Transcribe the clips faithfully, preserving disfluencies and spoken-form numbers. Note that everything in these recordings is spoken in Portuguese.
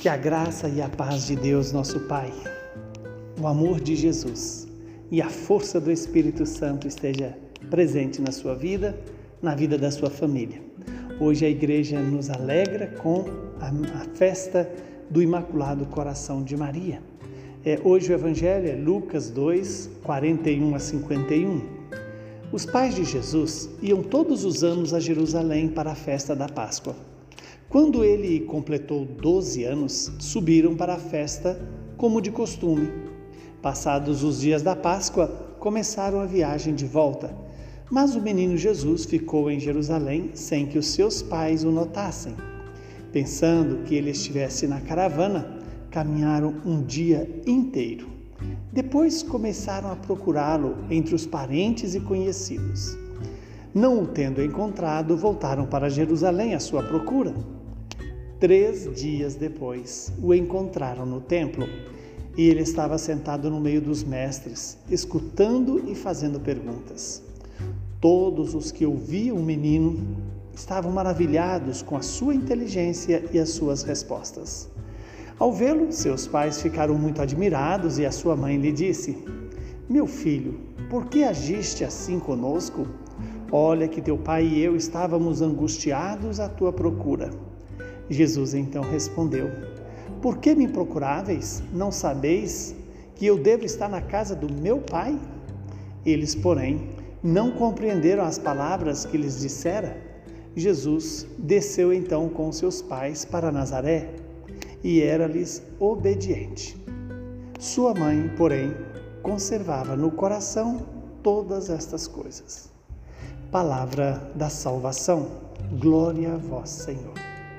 Que a graça e a paz de Deus, nosso Pai, o amor de Jesus e a força do Espírito Santo esteja presente na sua vida, na vida da sua família. Hoje a igreja nos alegra com a, a festa do Imaculado Coração de Maria. É, hoje o Evangelho é Lucas dois, quarenta e um a cinquenta e um. Os pais de Jesus iam todos os anos a Jerusalém para a festa da Páscoa. Quando ele completou doze anos, subiram para a festa como de costume. Passados os dias da Páscoa, começaram a viagem de volta. Mas o menino Jesus ficou em Jerusalém sem que os seus pais o notassem. Pensando que ele estivesse na caravana, caminharam um dia inteiro. Depois começaram a procurá-lo entre os parentes e conhecidos. Não o tendo encontrado, voltaram para Jerusalém à sua procura. Três dias depois, o encontraram no templo e ele estava sentado no meio dos mestres, escutando e fazendo perguntas. Todos os que ouviam o menino estavam maravilhados com a sua inteligência e as suas respostas. Ao vê-lo, seus pais ficaram muito admirados e a sua mãe lhe disse: "Meu filho, por que agiste assim conosco? Olha que teu pai e eu estávamos angustiados à tua procura." Jesus então respondeu: "Por que me procuráveis? Não sabeis que eu devo estar na casa do meu pai?" Eles, porém, não compreenderam as palavras que lhes dissera. Jesus desceu então com seus pais para Nazaré e era-lhes obediente. Sua mãe, porém, conservava no coração todas estas coisas. Palavra da salvação. Glória a vós, Senhor.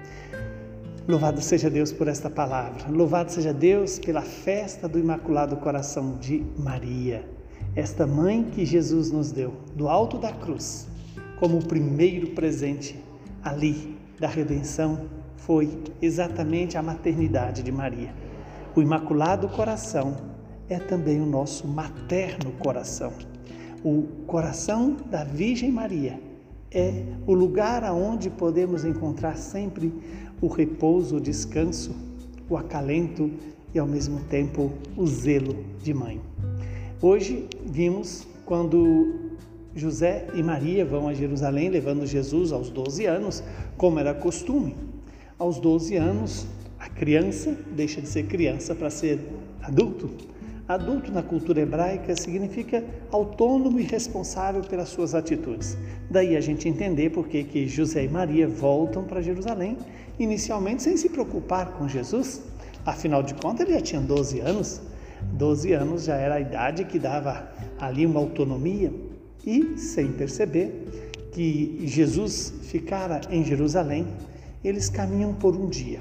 Louvado seja Deus por esta palavra. Louvado seja Deus pela festa do Imaculado Coração de Maria. Esta mãe que Jesus nos deu do alto da cruz, como o primeiro presente ali da redenção, foi exatamente a maternidade de Maria. O Imaculado Coração é também o nosso materno coração. O coração da Virgem Maria é o lugar aonde podemos encontrar sempre o repouso, o descanso, o acalento e ao mesmo tempo o zelo de mãe. Hoje vimos quando José e Maria vão a Jerusalém levando Jesus aos doze anos, como era costume. Aos doze anos, a criança deixa de ser criança para ser adulto. Adulto na cultura hebraica significa autônomo e responsável pelas suas atitudes. Daí a gente entender por que que José e Maria voltam para Jerusalém, inicialmente sem se preocupar com Jesus. Afinal de contas, ele já tinha doze anos. doze anos já era a idade que dava ali uma autonomia. E, sem perceber que Jesus ficara em Jerusalém, eles caminham por um dia.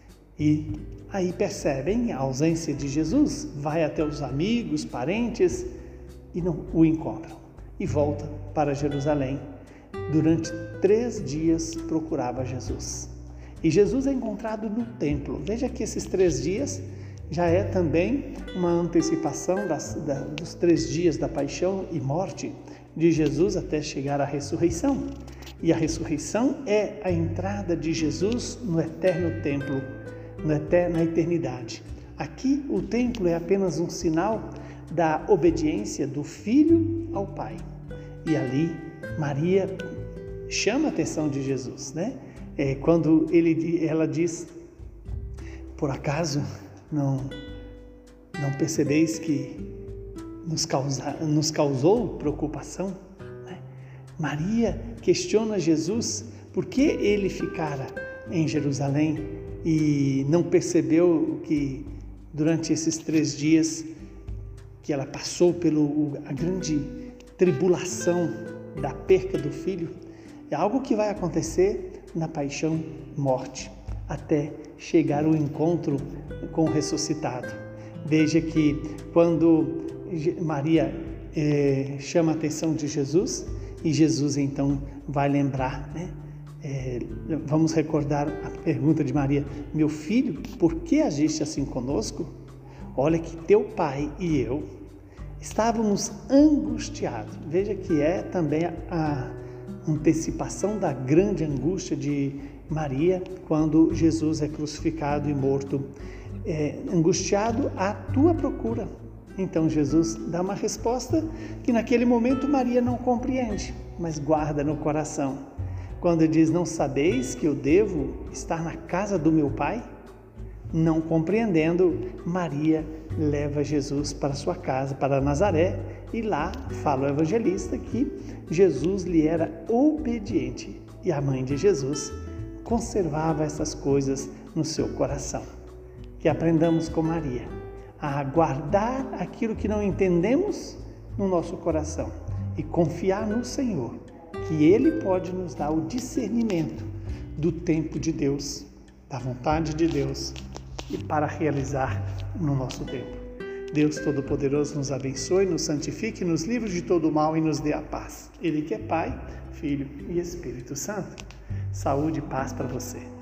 E aí percebem a ausência de Jesus, vai até os amigos, parentes e não o encontram. E volta para Jerusalém. Durante três dias procurava Jesus. E Jesus é encontrado no templo. Veja que esses três dias já é também uma antecipação das, da, dos três dias da paixão e morte de Jesus até chegar à ressurreição. E a ressurreição é a entrada de Jesus no eterno templo, na eternidade. Aqui o templo é apenas um sinal da obediência do Filho ao Pai. E ali Maria chama a atenção de Jesus, né? É, quando ele, ela diz: "Por acaso não, não percebeis que nos, causa, nos causou preocupação?" Né? Maria questiona Jesus por que ele ficara em Jerusalém e não percebeu que durante esses três dias que ela passou pela grande tribulação da perca do filho, é algo que vai acontecer na paixão e morte, até chegar ao encontro com o ressuscitado. Veja que quando Maria eh, chama a atenção de Jesus, e Jesus então vai lembrar, né? É, vamos recordar a pergunta de Maria: "Meu filho, por que agiste assim conosco? Olha que teu pai e eu estávamos angustiados." Veja que é também a antecipação da grande angústia de Maria, quando Jesus é crucificado e morto, é, angustiado à tua procura. Então Jesus dá uma resposta que naquele momento Maria não compreende, mas guarda no coração. Quando diz, não sabeis que eu devo estar na casa do meu Pai? Não compreendendo, Maria leva Jesus para sua casa, para Nazaré, e lá fala o evangelista que Jesus lhe era obediente e a mãe de Jesus conservava essas coisas no seu coração. Que aprendamos com Maria a guardar aquilo que não entendemos no nosso coração e confiar no Senhor, que Ele pode nos dar o discernimento do tempo de Deus, da vontade de Deus e para realizar no nosso tempo. Deus Todo-Poderoso nos abençoe, nos santifique, nos livre de todo o mal e nos dê a paz. Ele que é Pai, Filho e Espírito Santo. Saúde e paz para você.